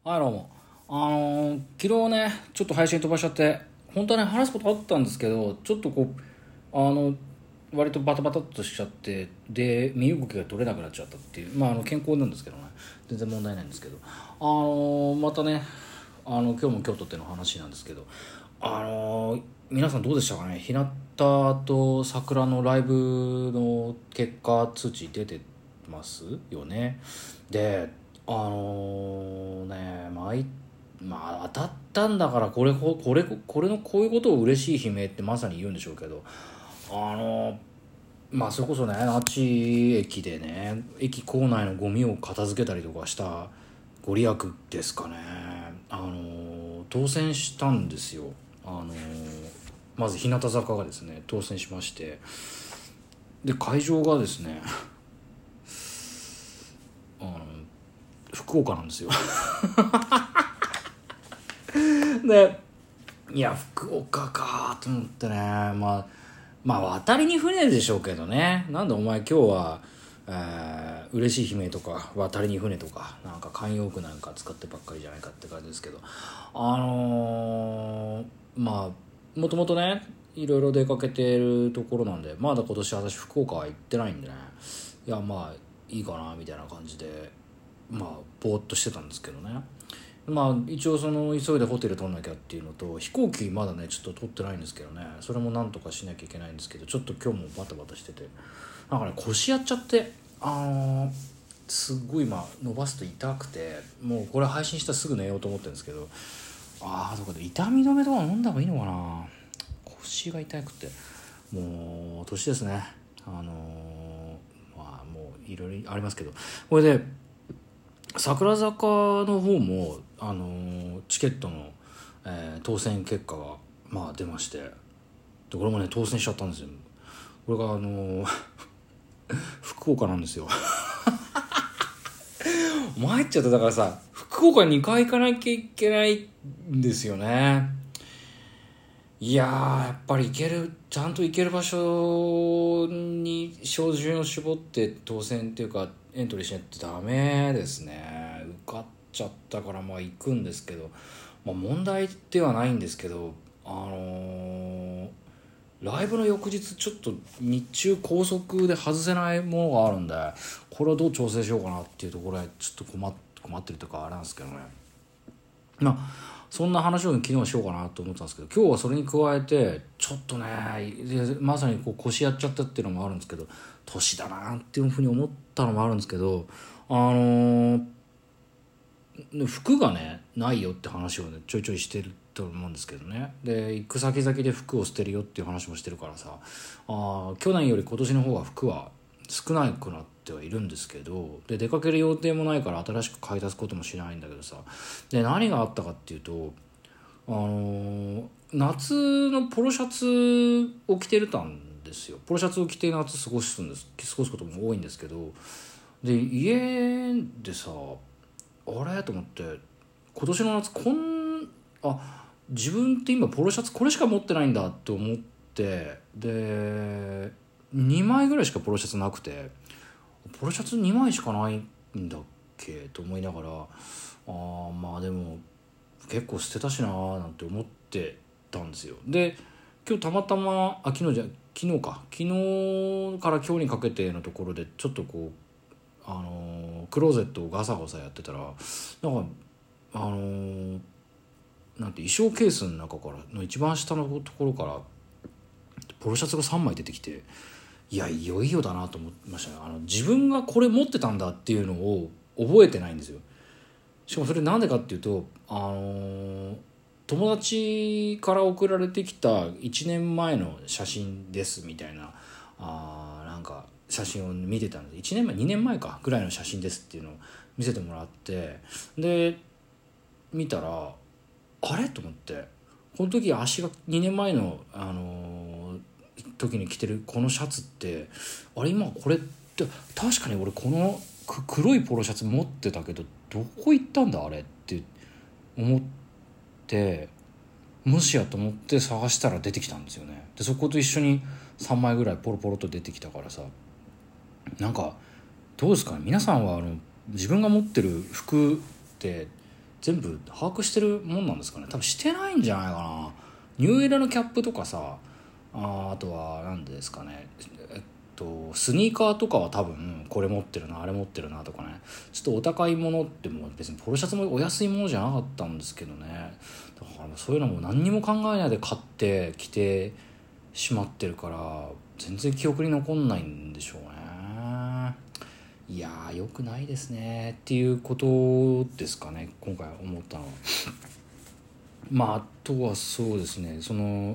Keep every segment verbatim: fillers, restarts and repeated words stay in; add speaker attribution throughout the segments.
Speaker 1: はいどうも。あのー昨日ねちょっと配信飛ばしちゃって本当はね話すことあったんですけど、ちょっとこうあの割とバタバタっとしちゃって、で身動きが取れなくなっちゃったっていう、まああの健康なんですけどね、全然問題ないんですけど、あのーまたねあの今日も京都っての話なんですけど、あのー皆さんどうでしたかね。日向と桜のライブの結果通知出てますよね。であのね毎まあ当たったんだからこれこれこれのこういうことを嬉しい悲鳴ってまさに言うんでしょうけど、あのまあそれこそね那智駅でね駅構内のゴミを片付けたりとかしたご利益ですかね。あの当選したんですよ。あのまず日向坂がですね当選しまして、で会場がですねあの福岡なんですよ。でいや福岡かと思ってね、まあまあ渡りに船でしょうけどね。なんでお前今日は、えー、嬉しい悲鳴とか渡りに船とかなんか慣用句なんか使ってばっかりじゃないかって感じですけど、あのー、まあもともとねいろいろ出かけてるところなんで、まだ今年私福岡は行ってないんでね、いやまあいいかなみたいな感じでまあぼーっとしてたんですけどね。まあ一応その急いでホテル取んなきゃっていうのと、飛行機まだねちょっと取ってないんですけどね、それもなんとかしなきゃいけないんですけど、ちょっと今日もバタバタしててなんかね腰やっちゃって、あのー、すっごい今伸ばすと痛くて、もうこれ配信したらすぐ寝ようと思ってるんですけど、ああどこで痛み止めとか飲んだ方がいいのかな。腰が痛くてもう年ですね。あのー、まあもういろいろありますけど、これで桜坂の方も、あのーチケットの、えー当選結果が、まあ、出まして、でこれもね当選しちゃったんですよ。これが、あのー福岡なんですよ。参っちゃった。だからさ福岡にかい行かなきゃいけないんですよね。いやーやっぱり行けるちゃんと行ける場所に照準を絞って当選っていうかエントリーしないとダメですね。受かっちゃったからまあ行くんですけど、まあ、問題ではないんですけど、あのーライブの翌日ちょっと日中高速で外せないものがあるんで、これをどう調整しようかなっていうところでちょっと困っ困ってるというかあれなんですけどね。まあそんな話を昨日はしようかなと思ったんですけど、今日はそれに加えてちょっとねまさにこう腰やっちゃったっていうのもあるんですけど、年だなっていうふうに思ったのもあるんですけど、あのー服がねないよって話をねちょいちょいしてると思うんですけどね。で行く先々で服を捨てるよっていう話もしてるからさ、あ去年より今年の方が服は少なくなってはいるんですけど、で出かける予定もないから新しく買い足すこともしないんだけどさ、で何があったかっていうと、あのー夏のポロシャツを着てるたんですよ。ポロシャツを着て夏過ごすんです過ごすことも多いんですけど、で家でさあれと思って、今年の夏こんあ自分って今ポロシャツこれしか持ってないんだって思って、でにまいぐらいしかポロシャツなくて、ポロシャツにまいしかないんだっけと思いながら、あまあでも結構捨てたしなーなんて思ってたんですよ。で今日たまたまあ昨日じゃ昨日か昨日から今日にかけてのところでちょっとこうあのークローゼットをガサガサやってたら、なんかあのーなんて衣装ケースの中からの一番下のところからポロシャツがさんまい出てきて、いやいよいよだなと思いましたね。あの自分がこれ持ってたんだっていうのを覚えてないんですよ。しかもそれなんでかっていうと、あのー友達から送られてきたいちねんまえの写真ですみたいな、あなんか写真を見てたので、いちねんまえにねんまえかぐらいの写真ですっていうのを見せてもらって、で見たらあれと思って、この時足がにねんまえの、あのー時に着てるこのシャツって、あれ今これって確かに俺この黒いポロシャツ持ってたけどどこ行ったんだあれって思って、もしやと思って探したら出てきたんですよね。でそこと一緒にさんまいぐらいポロポロと出てきたからさ、なんかどうですかね皆さんは。あの自分が持ってる服って全部把握してるもんなんですかね。多分してないんじゃないかな。ニューエラのキャップとかさ、あ, あとは何ですかね、えっとスニーカーとかは多分これ持ってるなあれ持ってるなとかね、ちょっとお高いものっても別にポロシャツもお安いものじゃなかったんですけどね、だからそういうのも何にも考えないで買って着てしまってるから全然記憶に残んないんでしょうね。いやー良くないですねっていうことですかね、今回思ったのは。まああとはそうですね、その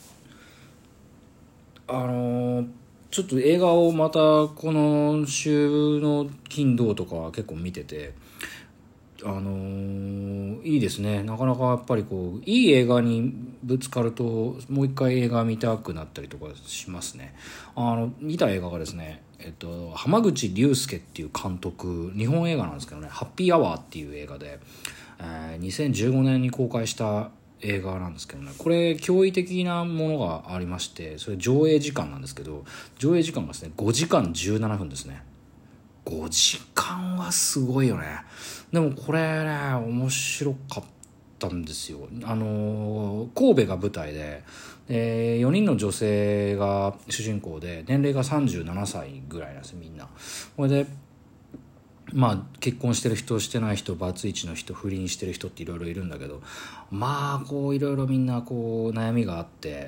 Speaker 1: あのーちょっと映画をまたこの週の金土とかは結構見てて、あのーいいですね。なかなかやっぱりこういい映画にぶつかるともう一回映画見たくなったりとかしますね。あの見た映画がですね、えっと、浜口竜介っていう監督、日本映画なんですけどね、ハッピーアワーっていう映画で、えーにせんじゅうごねんに公開した映画なんですけどね、これ驚異的なものがありまして、それ上映時間なんですけど、上映時間がですねごじかんじゅうななふんですね。ごじかんはすごいよね。でもこれね面白かったんですよ。あの神戸が舞台で、えー、よにんの女性が主人公で、年齢がさんじゅうななさいぐらいなんですよみんな。これでまあ結婚してる人してない人バツイチの人不倫してる人っていろいろいるんだけど、まあこういろいろみんなこう悩みがあって、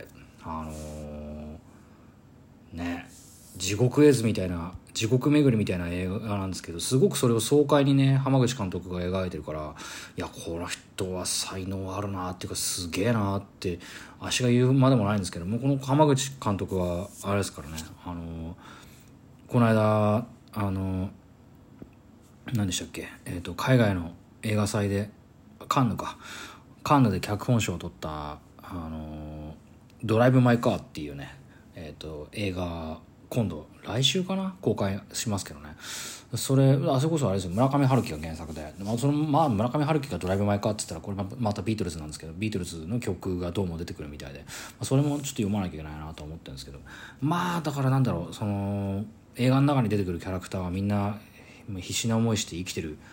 Speaker 1: あのー、ね地獄絵図みたいな地獄巡りみたいな映画なんですけど、すごくそれを爽快にね浜口監督が描いてるから、いやこの人は才能あるなっていうかすげえなって足が言うまでもないんですけども、この浜口監督はあれですからね、あのこの間あの何でしたっけ、えーと海外の映画祭でカンヌかカンヌで脚本賞を取ったあのドライブ・マイ・カーっていうね、えーと映画今度来週かな公開しますけどね、それあそれこそあれですよ、村上春樹が原作で、まあそのまあ、村上春樹がドライブ・マイ・カーって言ったらこれまたビートルズなんですけど、ビートルズの曲がどうも出てくるみたいで、まあ、それもちょっと読まなきゃいけないなと思ってるんですけど、まあだからなんだろう、その映画の中に出てくるキャラクターはみんな必死な思いして生きてる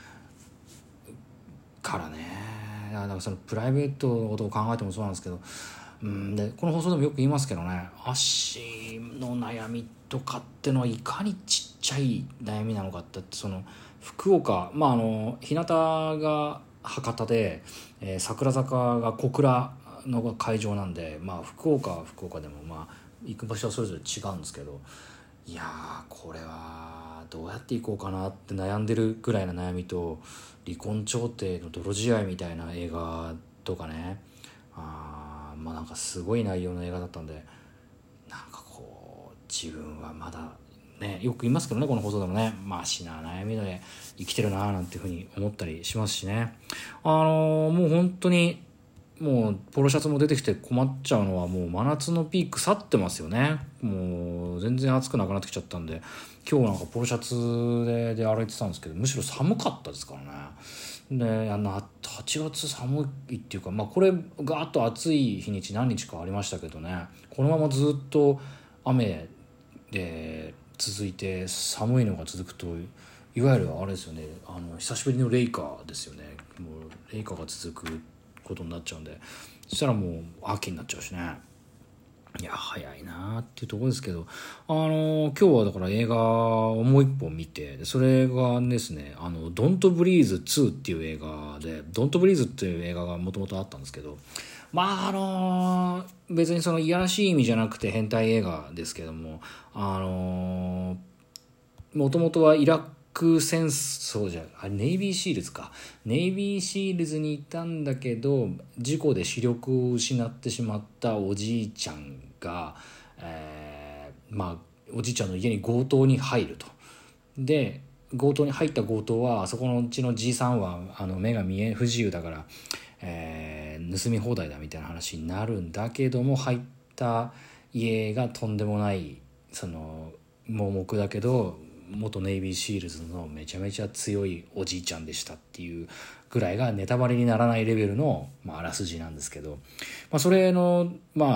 Speaker 1: からね。だからそのプライベートのことを考えてもそうなんですけど、うんでこの放送でもよく言いますけどね、足の悩みとかってのはいかにちっちゃい悩みなのかって、その福岡、まああの日向が博多で、えー、桜坂が小倉の会場なんで、まあ福岡は福岡でもまあ行く場所はそれぞれ違うんですけど、いやーこれはどうやって行こうかなって悩んでるぐらいの悩みと、離婚調停の泥仕合みたいな映画とかね、あまあなんかすごい内容の映画だったんで、なんかこう自分はまだね、よく言いますけどねこの放送でもね、マシな悩みで生きてるなーなんていうふうに思ったりしますしね。あのー、もう本当にもうポロシャツも出てきて困っちゃうのは、もう真夏のピーク去ってますよね。もう全然暑くなくなってきちゃったんで、今日なんかポロシャツ で, で歩いてたんですけど、むしろ寒かったですからね。であのはちがつ寒いっていうか、まあこれガーッと暑い日にち何日かありましたけどね、このままずっと雨で続いて寒いのが続くと、いわゆるあれですよね、あの久しぶりのレイカーですよね。もうレイカーが続くことになっちゃうんで、そしたらもう秋になっちゃうしね。いや早いなっていうところですけど、あの今日はだから映画をもう一本見て、それがですね、あのドントブリーズツーっていう映画で、ドントブリーズっていう映画がもともとあったんですけど、まああの別にそのいやらしい意味じゃなくて変態映画ですけども、あのもともとはイラク戦争じゃあネイビーシールズかネイビーシールズにいたんだけど、事故で視力を失ってしまったおじいちゃんが、えー、まあおじいちゃんの家に強盗に入ると。で強盗に入った強盗は、あそこのうちのじいさんはあの目が見え不自由だから、えー、盗み放題だみたいな話になるんだけども、入った家がとんでもないその盲目だけど元ネイビーシールズのめちゃめちゃ強いおじいちゃんでしたっていうぐらいがネタバレにならないレベルの、まあ、あらすじなんですけど、まあ、それのまあ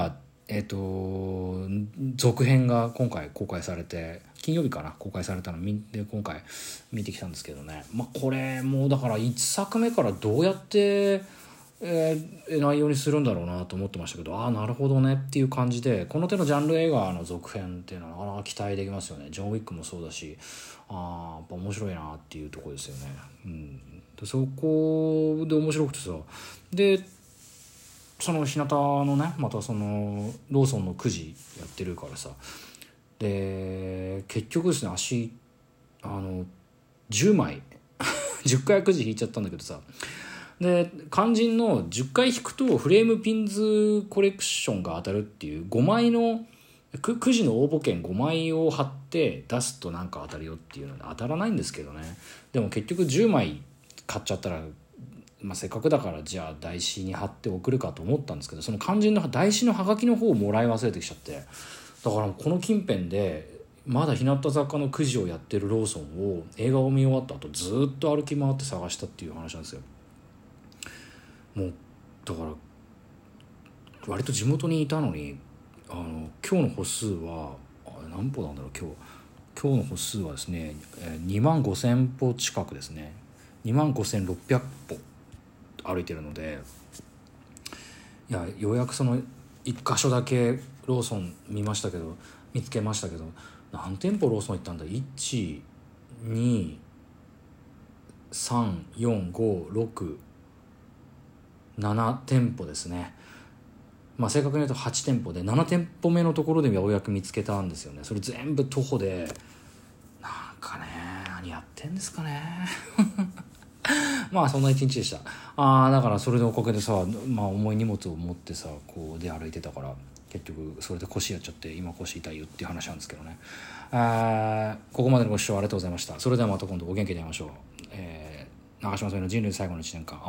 Speaker 1: えっ、と続編が今回公開されて、金曜日かな公開されたので今回見てきたんですけどね、まあこれもうだからいっさくめからどうやってえー、内容にするんだろうなと思ってましたけど、ああなるほどねっていう感じで、この手のジャンル映画の続編っていうのはなかなか期待できますよね。ジョン・ウィックもそうだし、ああやっぱ面白いなっていうところですよね。うん、でそこで面白くてさ、でその日向のねまたそのローソンのくじやってるからさ、で結局ですね足あのじゅうまいじゅっかいくじ引いちゃったんだけどさ、で肝心のじゅっかい引くとフレームピンズコレクションが当たるっていうごまいのくくじの応募券ごまいを貼って出すとなんか当たるよっていうので当たらないんですけどね。でも結局じゅうまい買っちゃったら、まあ、せっかくだからじゃあ台紙に貼って送るかと思ったんですけど、その肝心の台紙のハガキの方をもらい忘れてきちゃって、だからこの近辺でまだ日向坂のくじをやってるローソンを映画を見終わった後ずっと歩き回って探したっていう話なんですよ。もうだから割と地元にいたのに、あの今日の歩数はあれ何歩なんだろう、今日今日の歩数はですね、えー、にまんごせん歩近くですね。にまんごせんろっぴゃく歩歩いてるので、いやようやくそのいっ箇所だけローソン見ましたけど見つけましたけど、何店舗ローソン行ったんだ、いち、に、さん、よん、ご、ろく、なな店舗ですね。まあ正確に言うとはち店舗でなな店舗目のところでようやく見つけたんですよね。それ全部徒歩で、なんかね何やってんですかねまあそんな一日でした。ああだからそれでおかげでさ、まあ重い荷物を持ってさこう出歩いてたから、結局それで腰やっちゃって今腰痛いよっていう話なんですけどね。あここまでのご視聴ありがとうございました。それではまた今度お元気で会いましょう。えー、長嶋さんの人類最後のいちねんかん。